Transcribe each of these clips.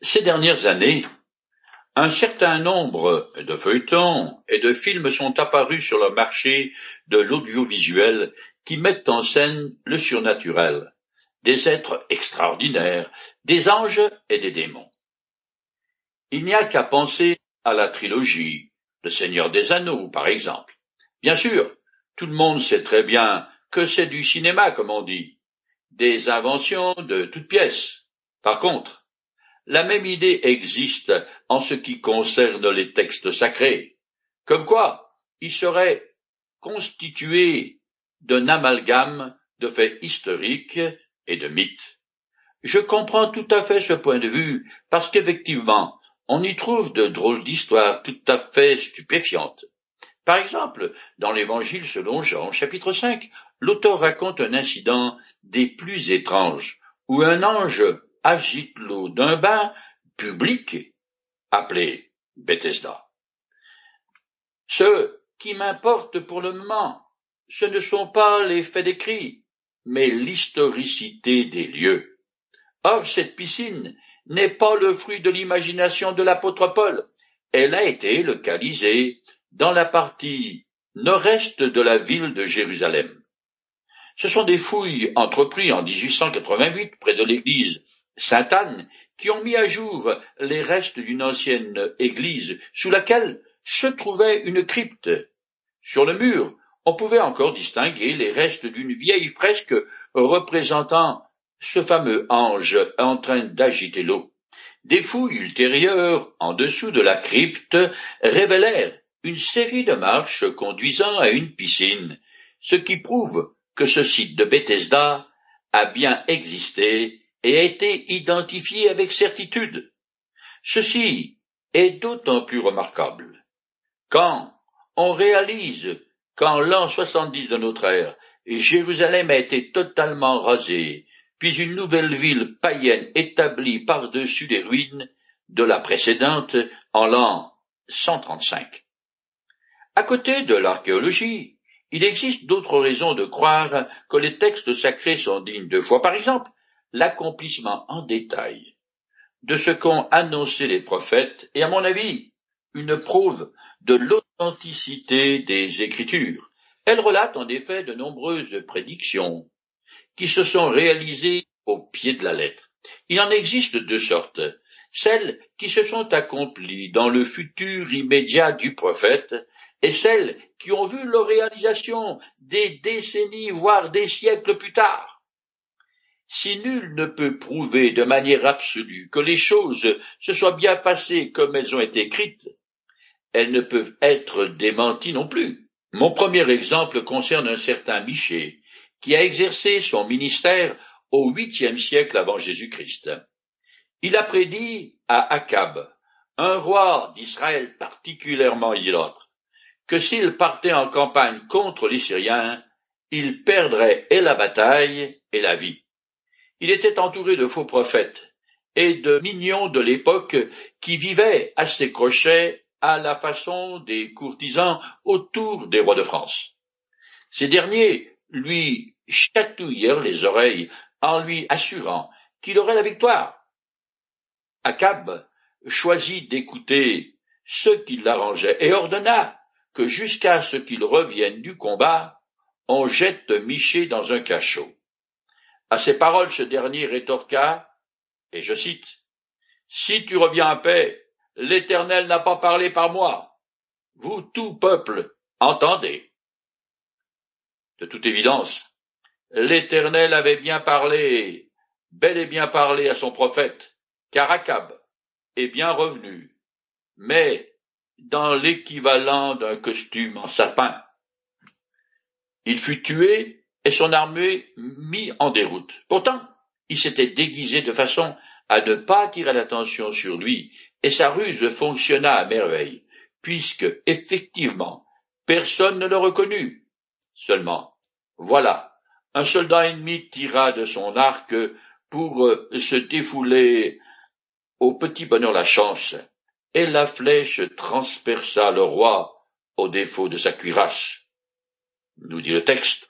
Ces dernières années, un certain nombre de feuilletons et de films sont apparus sur le marché de l'audiovisuel qui mettent en scène le surnaturel, des êtres extraordinaires, des anges et des démons. Il n'y a qu'à penser à la trilogie, Le Seigneur des Anneaux, par exemple. Bien sûr, tout le monde sait très bien que c'est du cinéma, comme on dit, des inventions de toutes pièces. Par contre, la même idée existe en ce qui concerne les textes sacrés, comme quoi ils seraient constitués d'un amalgame de faits historiques et de mythes. Je comprends tout à fait ce point de vue, parce qu'effectivement, on y trouve de drôles d'histoires tout à fait stupéfiantes. Par exemple, dans l'Évangile selon Jean, chapitre 5, l'auteur raconte un incident des plus étranges, où un ange agite l'eau d'un bain public appelé Bethesda. Ce qui m'importe pour le moment, ce ne sont pas les faits décrits, mais l'historicité des lieux. Or, cette piscine n'est pas le fruit de l'imagination de l'apôtre Paul. Elle a été localisée dans la partie nord-est de la ville de Jérusalem. Ce sont des fouilles entreprises en 1888 près de l'église Sainte-Anne qui ont mis à jour les restes d'une ancienne église sous laquelle se trouvait une crypte. Sur le mur, on pouvait encore distinguer les restes d'une vieille fresque représentant ce fameux ange en train d'agiter l'eau. Des fouilles ultérieures en dessous de la crypte révélèrent une série de marches conduisant à une piscine, ce qui prouve que ce site de Bethesda a bien existé et a été identifié avec certitude. Ceci est d'autant plus remarquable quand on réalise qu'en l'an 70 de notre ère, Jérusalem a été totalement rasée, puis une nouvelle ville païenne établie par-dessus les ruines de la précédente en l'an 135. À côté de l'archéologie, il existe d'autres raisons de croire que les textes sacrés sont dignes de foi. Par exemple, l'accomplissement en détail de ce qu'ont annoncé les prophètes est, à mon avis, une preuve de l'authenticité des Écritures. Elles relatent en effet de nombreuses prédictions qui se sont réalisées au pied de la lettre. Il en existe deux sortes, celles qui se sont accomplies dans le futur immédiat du prophète et celles qui ont vu leur réalisation des décennies, voire des siècles plus tard. Si nul ne peut prouver de manière absolue que les choses se soient bien passées comme elles ont été écrites, elles ne peuvent être démenties non plus. Mon premier exemple concerne un certain Michée, qui a exercé son ministère au 8e siècle avant Jésus-Christ. Il a prédit à Akab, un roi d'Israël particulièrement idolâtre, que s'il partait en campagne contre les Syriens, il perdrait et la bataille et la vie. Il était entouré de faux prophètes et de mignons de l'époque qui vivaient à ses crochets à la façon des courtisans autour des rois de France. Ces derniers lui chatouillèrent les oreilles en lui assurant qu'il aurait la victoire. Akab choisit d'écouter ce qui l'arrangeait et ordonna que jusqu'à ce qu'il revienne du combat, on jette Michée dans un cachot. À ces paroles, ce dernier rétorqua, et je cite, « Si tu reviens en paix, l'Éternel n'a pas parlé par moi. Vous, tout peuple, entendez. » De toute évidence, l'Éternel avait bien parlé, bel et bien parlé à son prophète, car Akab est bien revenu, mais dans l'équivalent d'un costume en sapin. Il fut tué et son armée mis en déroute. Pourtant, il s'était déguisé de façon à ne pas attirer l'attention sur lui, et sa ruse fonctionna à merveille, puisque, effectivement, personne ne le reconnut. Seulement, voilà, un soldat ennemi tira de son arc pour se défouler au petit bonheur la chance, et la flèche transperça le roi au défaut de sa cuirasse. Nous dit le texte.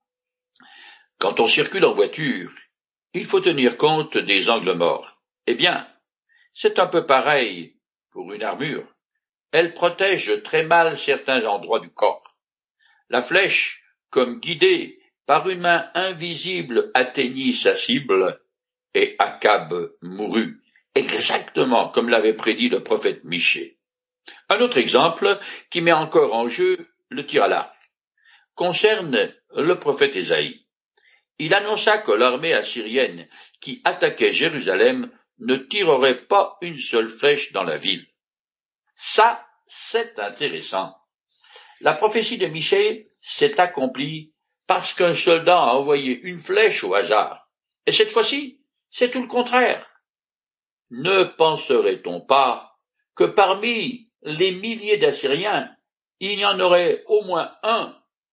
Quand on circule en voiture, il faut tenir compte des angles morts. Eh bien, C'est un peu pareil pour une armure. Elle protège très mal certains endroits du corps. La flèche, comme guidée par une main invisible, atteignit sa cible, et Akab mourut, exactement comme l'avait prédit le prophète Michée. Un autre exemple, qui met encore en jeu le tir à l'arc, concerne le prophète Ésaïe. Il annonça que l'armée assyrienne qui attaquait Jérusalem ne tirerait pas une seule flèche dans la ville. Ça, c'est intéressant. La prophétie de Michée s'est accomplie parce qu'un soldat a envoyé une flèche au hasard. Et cette fois-ci, c'est tout le contraire. Ne penserait-on pas que parmi les milliers d'Assyriens, il y en aurait au moins un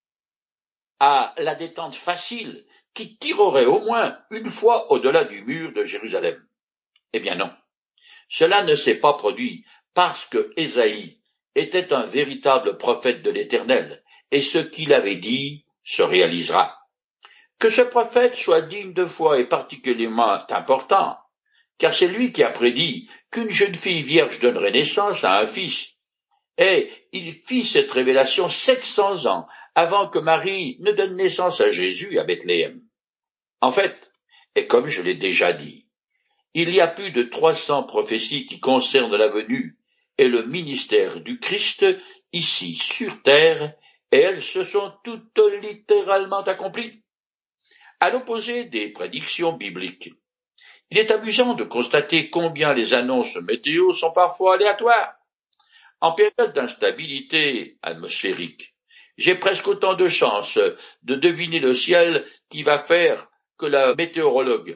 à la détente facile qui tirerait au moins une fois au-delà du mur de Jérusalem? Eh bien non. Cela ne s'est pas produit parce que Ésaïe était un véritable prophète de l'Éternel, et ce qu'il avait dit se réalisera. Que ce prophète soit digne de foi est particulièrement important, car c'est lui qui a prédit qu'une jeune fille vierge donnerait naissance à un fils, et il fit cette révélation 700 ans avant que Marie ne donne naissance à Jésus à Bethléem. En fait, et comme je l'ai déjà dit, il y a plus de 300 prophéties qui concernent la venue et le ministère du Christ ici sur terre, et elles se sont toutes littéralement accomplies. À l'opposé des prédictions bibliques, il est amusant de constater combien les annonces météo sont parfois aléatoires. En période d'instabilité atmosphérique, j'ai presque autant de chances de deviner le ciel qui va faire que la météorologue.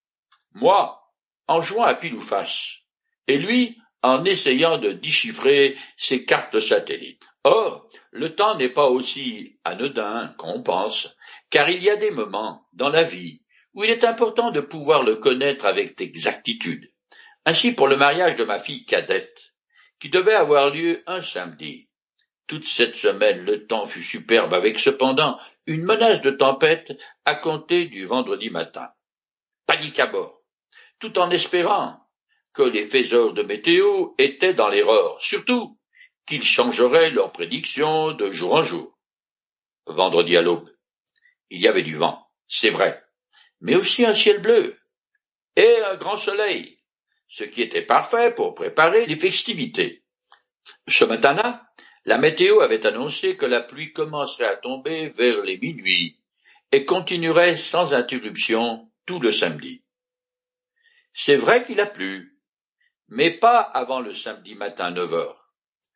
Moi, en jouant à pile ou face, et lui, en essayant de déchiffrer ses cartes satellites. Or, le temps n'est pas aussi anodin qu'on pense, car il y a des moments dans la vie où il est important de pouvoir le connaître avec exactitude. Ainsi pour le mariage de ma fille cadette, qui devait avoir lieu un samedi. Toute cette semaine, le temps fut superbe, avec cependant une menace de tempête à compter du vendredi matin. Panique à bord, tout en espérant que les faiseurs de météo étaient dans l'erreur, surtout qu'ils changeraient leurs prédictions de jour en jour. Vendredi à l'aube, il y avait du vent, c'est vrai, mais aussi un ciel bleu et un grand soleil, ce qui était parfait pour préparer les festivités. Ce matin-là, la météo avait annoncé que la pluie commencerait à tomber vers les minuit et continuerait sans interruption tout le samedi. C'est vrai qu'il a plu, mais pas avant le samedi matin 9 heures.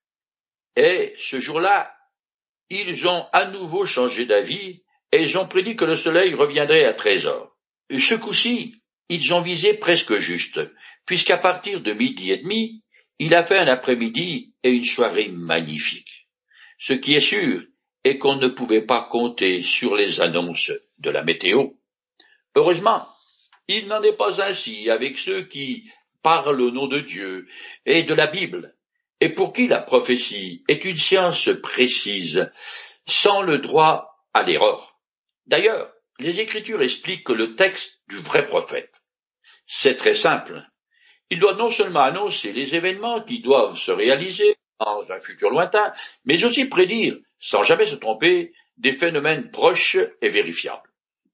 Et ce jour-là, ils ont à nouveau changé d'avis et ils ont prédit que le soleil reviendrait à 13 heures. Ce coup-ci, ils ont visé presque juste, puisqu'à partir de 12h30, il a fait un après-midi et une soirée magnifiques. Ce qui est sûr est qu'on ne pouvait pas compter sur les annonces de la météo. Heureusement, il n'en est pas ainsi avec ceux qui parlent au nom de Dieu et de la Bible, et pour qui la prophétie est une science précise, sans le droit à l'erreur. D'ailleurs, les Écritures expliquent que le texte du vrai prophète, c'est très simple. Il doit non seulement annoncer les événements qui doivent se réaliser dans un futur lointain, mais aussi prédire, sans jamais se tromper, des phénomènes proches et vérifiables.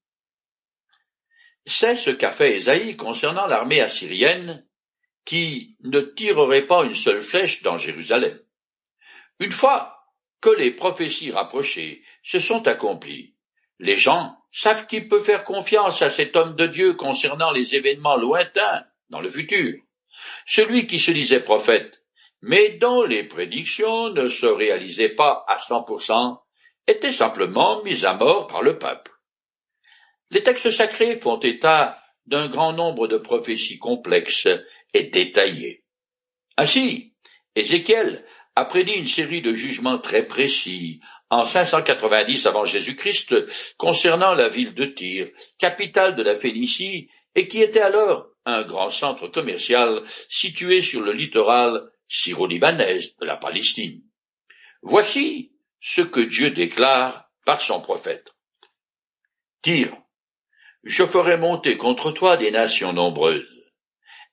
C'est ce qu'a fait Ésaïe concernant l'armée assyrienne qui ne tirerait pas une seule flèche dans Jérusalem. Une fois que les prophéties rapprochées se sont accomplies, les gens savent qu'il peut faire confiance à cet homme de Dieu concernant les événements lointains dans le futur. Celui qui se disait prophète, mais dont les prédictions ne se réalisaient pas à 100%, était simplement mis à mort par le peuple. Les textes sacrés font état d'un grand nombre de prophéties complexes et détaillées. Ainsi, Ézéchiel a prédit une série de jugements très précis en 590 avant Jésus-Christ concernant la ville de Tyr, capitale de la Phénicie, et qui était alors un grand centre commercial situé sur le littoral syro-libanais de la Palestine. Voici ce que Dieu déclare par son prophète. Tyr, je ferai monter contre toi des nations nombreuses.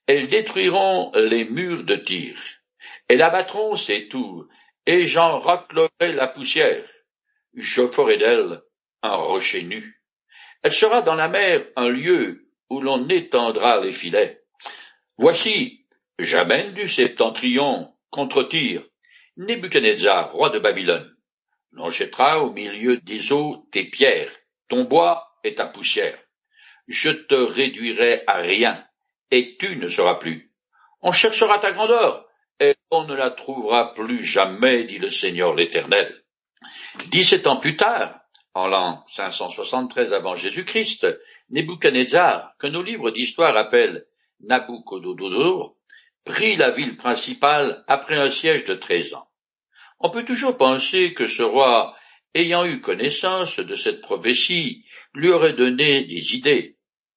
Elles détruiront les murs de Tyr. Elles abattront ses tours, et j'en raclerai la poussière. Je ferai d'elle un rocher nu. Elle sera dans la mer un lieu où l'on étendra les filets. Voici, j'amène du septentrion contre Tyr, Nebuchadnezzar, roi de Babylone. L'on jettera au milieu des eaux tes pierres, ton bois et ta poussière. Je te réduirai à rien, et tu ne seras plus. On cherchera ta grandeur, et on ne la trouvera plus jamais, dit le Seigneur l'Éternel. 17 ans plus tard, en l'an 573 avant Jésus-Christ, Nebuchadnezzar, que nos livres d'histoire appellent Nabuchodonosor, prit la ville principale après un siège de 13 ans. On peut toujours penser que ce roi, ayant eu connaissance de cette prophétie, lui aurait donné des idées.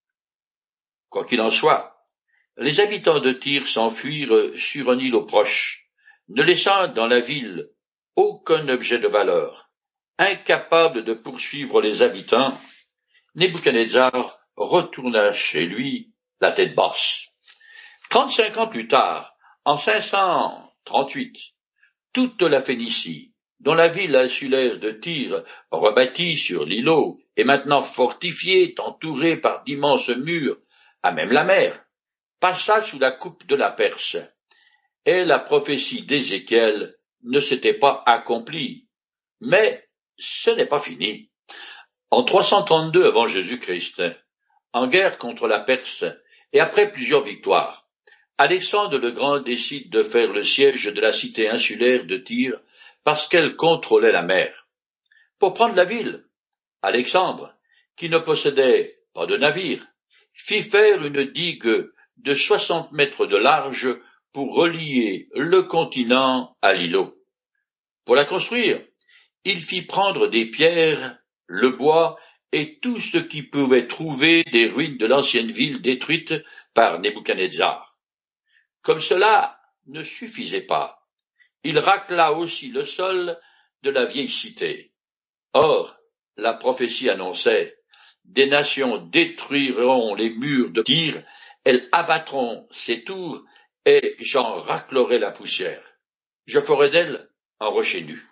Quoi qu'il en soit, les habitants de Tyr s'enfuirent sur un îlot proche, ne laissant dans la ville aucun objet de valeur. Incapable de poursuivre les habitants, Nebuchadnezzar retourna chez lui, la tête basse. 35 ans plus tard, en 538, toute la Phénicie, dont la ville insulaire de Tyr, rebâtie sur l'îlot, et maintenant fortifiée, entourée par d'immenses murs, à même la mer, passa sous la coupe de la Perse, et la prophétie d'Ézéchiel ne s'était pas accomplie. Mais ce n'est pas fini. En 332 avant Jésus-Christ, en guerre contre la Perse, et après plusieurs victoires, Alexandre le Grand décide de faire le siège de la cité insulaire de Tyr parce qu'elle contrôlait la mer. Pour prendre la ville, Alexandre, qui ne possédait pas de navire, fit faire une digue de 60 mètres de large pour relier le continent à l'îlot. Pour la construire, il fit prendre des pierres, le bois et tout ce qui pouvait trouver des ruines de l'ancienne ville détruite par Nebuchadnezzar. Comme cela ne suffisait pas, il racla aussi le sol de la vieille cité. Or, la prophétie annonçait: des nations détruiront les murs de Tyr, elles abattront ses tours, et j'en raclerai la poussière. Je ferai d'elle un rocher nu.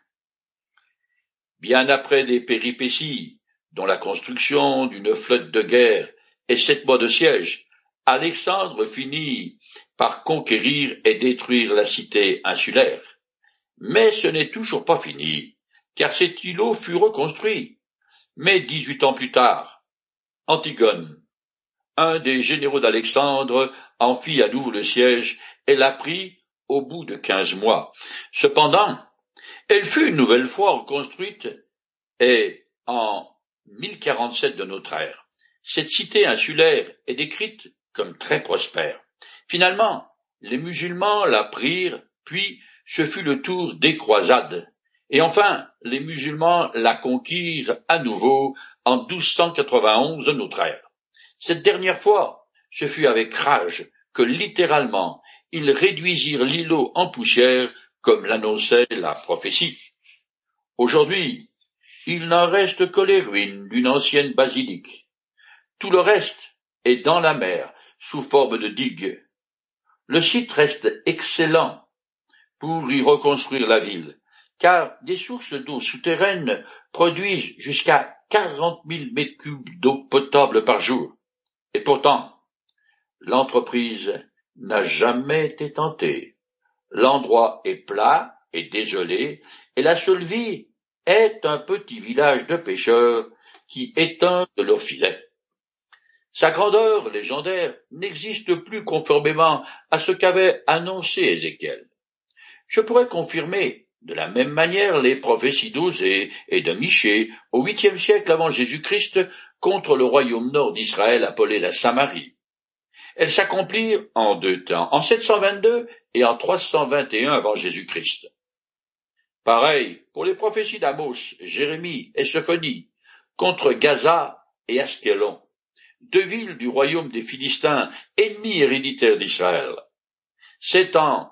Bien après des péripéties, dont la construction d'une flotte de guerre et 7 mois de siège, Alexandre finit par conquérir et détruire la cité insulaire. Mais ce n'est toujours pas fini, car cet îlot fut reconstruit. Mais 18 ans plus tard, Antigone, un des généraux d'Alexandre, en fit à nouveau le siège et la prit au bout de 15 mois. Cependant, elle fut une nouvelle fois reconstruite et en 1047 de notre ère. Cette cité insulaire est décrite comme très prospère. Finalement, les musulmans la prirent, puis ce fut le tour des croisades. Et enfin, les musulmans la conquirent à nouveau en 1291 de notre ère. Cette dernière fois, ce fut avec rage que littéralement ils réduisirent l'îlot en poussière comme l'annonçait la prophétie. Aujourd'hui, il n'en reste que les ruines d'une ancienne basilique. Tout le reste est dans la mer, sous forme de digue. Le site reste excellent pour y reconstruire la ville, car des sources d'eau souterraines produisent jusqu'à 40 000 mètres cubes d'eau potable par jour. Et pourtant, l'entreprise n'a jamais été tentée. L'endroit est plat et désolé, et la seule vie est un petit village de pêcheurs qui étendent leurs filets. Sa grandeur légendaire n'existe plus conformément à ce qu'avait annoncé Ézéchiel. Je pourrais confirmer de la même manière les prophéties d'Osée et de Michée au 8e siècle avant Jésus-Christ contre le royaume nord d'Israël appelé la Samarie. Elles s'accomplirent en 2 temps, en 722 et en 321 avant Jésus-Christ. Pareil pour les prophéties d'Amos, Jérémie et Sophonie contre Gaza et Askelon, 2 villes du royaume des Philistins, ennemis héréditaires d'Israël. C'est en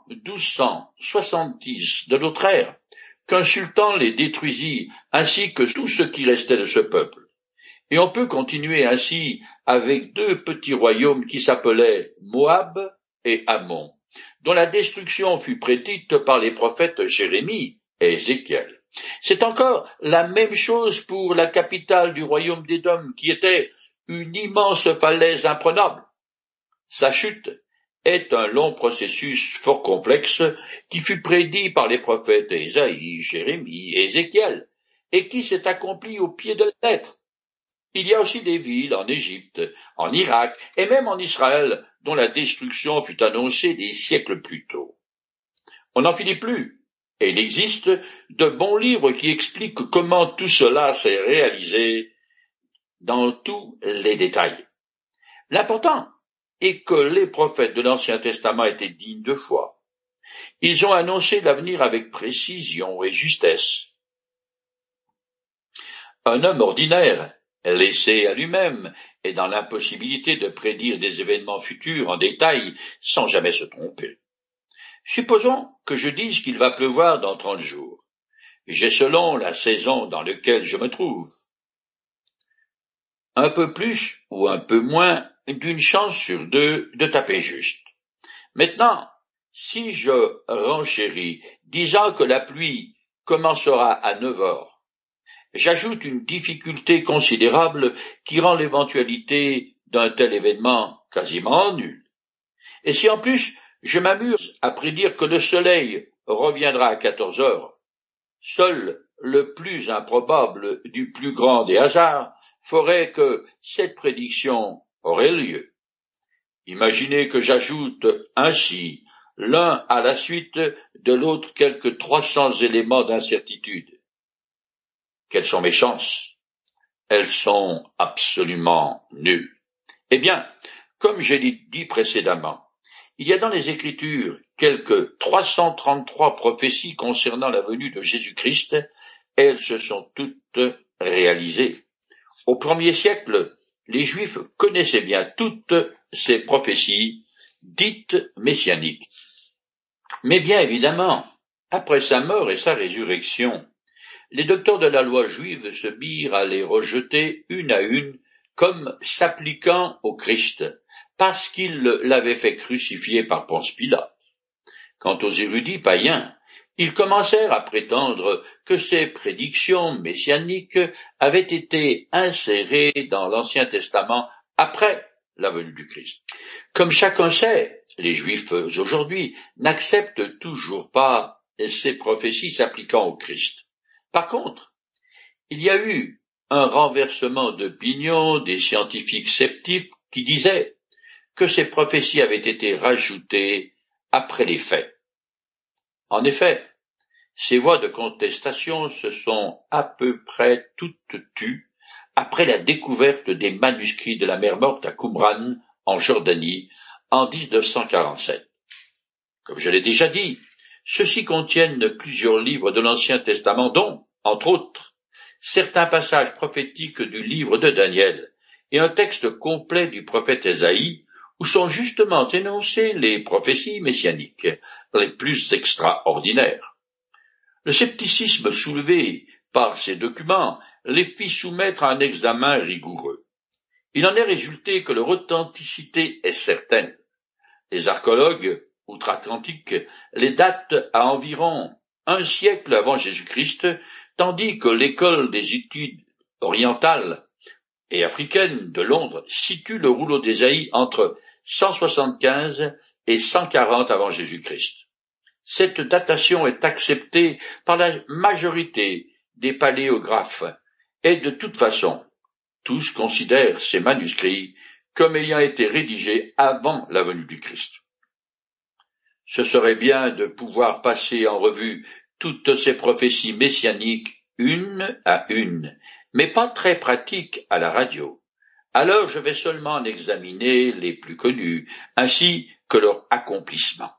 1270 de notre ère qu'un sultan les détruisit, ainsi que tout ce qui restait de ce peuple. Et on peut continuer ainsi avec 2 petits royaumes qui s'appelaient Moab et Ammon, dont la destruction fut prédite par les prophètes Jérémie et Ézéchiel. C'est encore la même chose pour la capitale du royaume d'Édom, qui était une immense falaise imprenable. Sa chute est un long processus fort complexe qui fut prédit par les prophètes Ésaïe, Jérémie et Ézéchiel, et qui s'est accompli au pied de la lettre. Il y a aussi des villes en Égypte, en Irak et même en Israël dont la destruction fut annoncée des siècles plus tôt. On n'en finit plus, et il existe de bons livres qui expliquent comment tout cela s'est réalisé dans tous les détails. L'important est que les prophètes de l'Ancien Testament étaient dignes de foi. Ils ont annoncé l'avenir avec précision et justesse. Un homme ordinaire, laissé à lui-même, est dans l'impossibilité de prédire des événements futurs en détail sans jamais se tromper. Supposons que je dise qu'il va pleuvoir dans 30 jours. J'ai selon la saison dans laquelle je me trouve un peu plus ou un peu moins d'une chance sur 2 de taper juste. Maintenant, si je renchéris, disant que la pluie commencera à 9 heures, j'ajoute une difficulté considérable qui rend l'éventualité d'un tel événement quasiment nulle. Et si en plus je m'amuse à prédire que le soleil reviendra à 14 heures, seul le plus improbable du plus grand des hasards ferait que cette prédiction aurait lieu. Imaginez que j'ajoute ainsi l'un à la suite de l'autre quelques 300 éléments d'incertitude. Quelles sont mes chances? Elles sont absolument nulles. Eh bien, comme je l'ai dit précédemment, il y a dans les Écritures quelques 333 prophéties concernant la venue de Jésus-Christ. Elles se sont toutes réalisées. Au 1er siècle, les Juifs connaissaient bien toutes ces prophéties dites messianiques. Mais bien évidemment, après sa mort et sa résurrection, les docteurs de la loi juive se mirent à les rejeter une à une comme s'appliquant au Christ, parce qu'ils l'avaient fait crucifier par Ponce Pilate. Quant aux érudits païens, ils commencèrent à prétendre que ces prédictions messianiques avaient été insérées dans l'Ancien Testament après la venue du Christ. Comme chacun sait, les Juifs aujourd'hui n'acceptent toujours pas ces prophéties s'appliquant au Christ. Par contre, il y a eu un renversement d'opinion des scientifiques sceptiques qui disaient que ces prophéties avaient été rajoutées après les faits. En effet, ces voix de contestation se sont à peu près toutes tues après la découverte des manuscrits de la mer Morte à Qumran, en Jordanie, en 1947. Comme je l'ai déjà dit, ceux-ci contiennent plusieurs livres de l'Ancien Testament dont, entre autres, certains passages prophétiques du livre de Daniel et un texte complet du prophète Ésaïe où sont justement énoncées les prophéties messianiques les plus extraordinaires. Le scepticisme soulevé par ces documents les fit soumettre à un examen rigoureux. Il en est résulté que leur authenticité est certaine. Les archéologues outre-Atlantique les datent à environ 1 siècle avant Jésus-Christ, tandis que l'école des études orientales et africaines de Londres situe le rouleau d'Ésaïe entre 175 et 140 avant Jésus-Christ. Cette datation est acceptée par la majorité des paléographes et de toute façon, tous considèrent ces manuscrits comme ayant été rédigés avant la venue du Christ. Ce serait bien de pouvoir passer en revue toutes ces prophéties messianiques une à une, mais pas très pratique à la radio. Alors je vais seulement en examiner les plus connues, ainsi que leur accomplissement.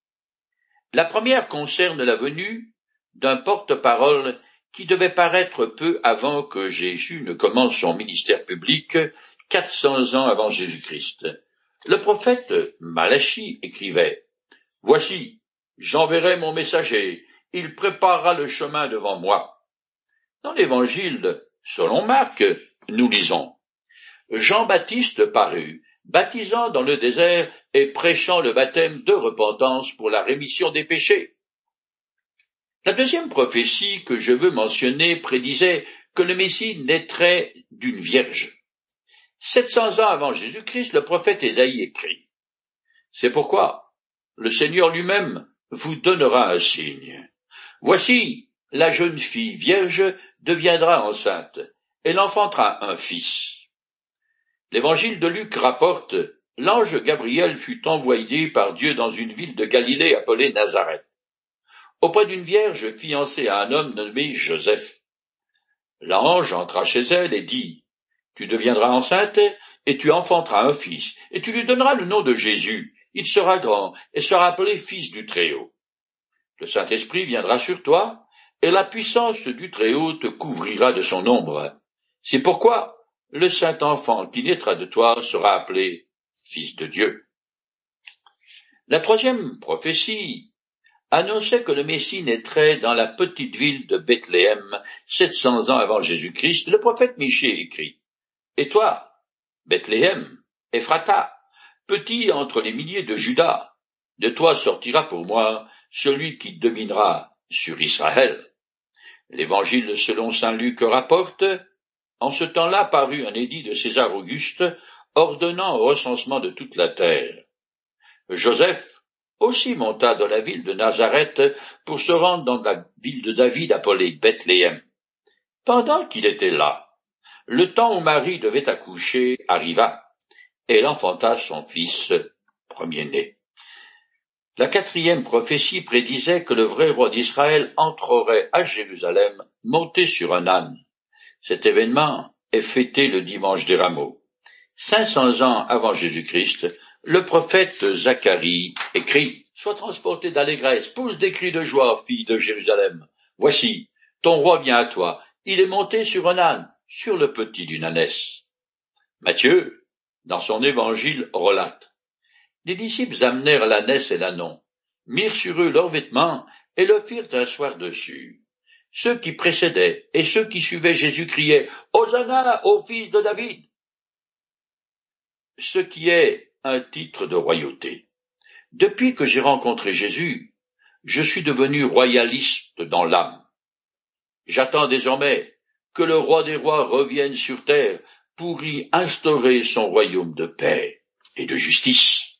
La première concerne la venue d'un porte-parole qui devait paraître peu avant que Jésus ne commence son ministère public, 400 ans avant Jésus-Christ. Le prophète Malachie écrivait « Voici, j'enverrai mon messager, il préparera le chemin devant moi. » Dans l'Évangile, selon Marc, nous lisons « Jean-Baptiste parut baptisant dans le désert et prêchant le baptême de repentance pour la rémission des péchés. La deuxième prophétie que je veux mentionner prédisait que le Messie naîtrait d'une vierge. 700 ans avant Jésus-Christ, le prophète Ésaïe écrit: « C'est pourquoi le Seigneur lui-même vous donnera un signe. Voici, la jeune fille vierge deviendra enceinte, elle enfantera un fils. » L'évangile de Luc rapporte: « L'ange Gabriel fut envoyé par Dieu dans une ville de Galilée appelée Nazareth, auprès d'une vierge fiancée à un homme nommé Joseph. L'ange entra chez elle et dit: « Tu deviendras enceinte, et tu enfanteras un fils, et tu lui donneras le nom de Jésus. Il sera grand, et sera appelé Fils du Très-Haut. Le Saint-Esprit viendra sur toi, et la puissance du Très-Haut te couvrira de son ombre. C'est pourquoi le Saint-Enfant qui naîtra de toi sera appelé Fils de Dieu. » La troisième prophétie annonçait que le Messie naîtrait dans la petite ville de Bethléem, 700 ans avant Jésus-Christ. Le prophète Michée écrit: « Et toi, Bethléem, Ephrata, petit entre les milliers de Juda, de toi sortira pour moi celui qui dominera sur Israël. » L'évangile selon saint Luc rapporte: « En ce temps-là parut un édit de César Auguste ordonnant un recensement de toute la terre. Joseph aussi monta dans la ville de Nazareth pour se rendre dans la ville de David appelée Bethléem. Pendant qu'il était là, le temps où Marie devait accoucher arriva, et elle enfanta son fils premier-né. » La quatrième prophétie prédisait que le vrai roi d'Israël entrerait à Jérusalem monté sur un âne. Cet événement est fêté le dimanche des Rameaux. 500 ans avant Jésus-Christ, le prophète Zacharie écrit: « Sois transporté d'allégresse, pousse des cris de joie, fille de Jérusalem. Voici, ton roi vient à toi, il est monté sur un âne, sur le petit d'une ânesse. » Matthieu, dans son évangile, relate: « Les disciples amenèrent l'ânesse et l'ânon, mirent sur eux leurs vêtements et le firent asseoir dessus. Ceux qui précédaient et ceux qui suivaient Jésus criaient: « Hosanna au fils de David !» Ce qui est un titre de royauté. Depuis que j'ai rencontré Jésus, je suis devenu royaliste dans l'âme. J'attends désormais que le roi des rois revienne sur terre pour y instaurer son royaume de paix et de justice.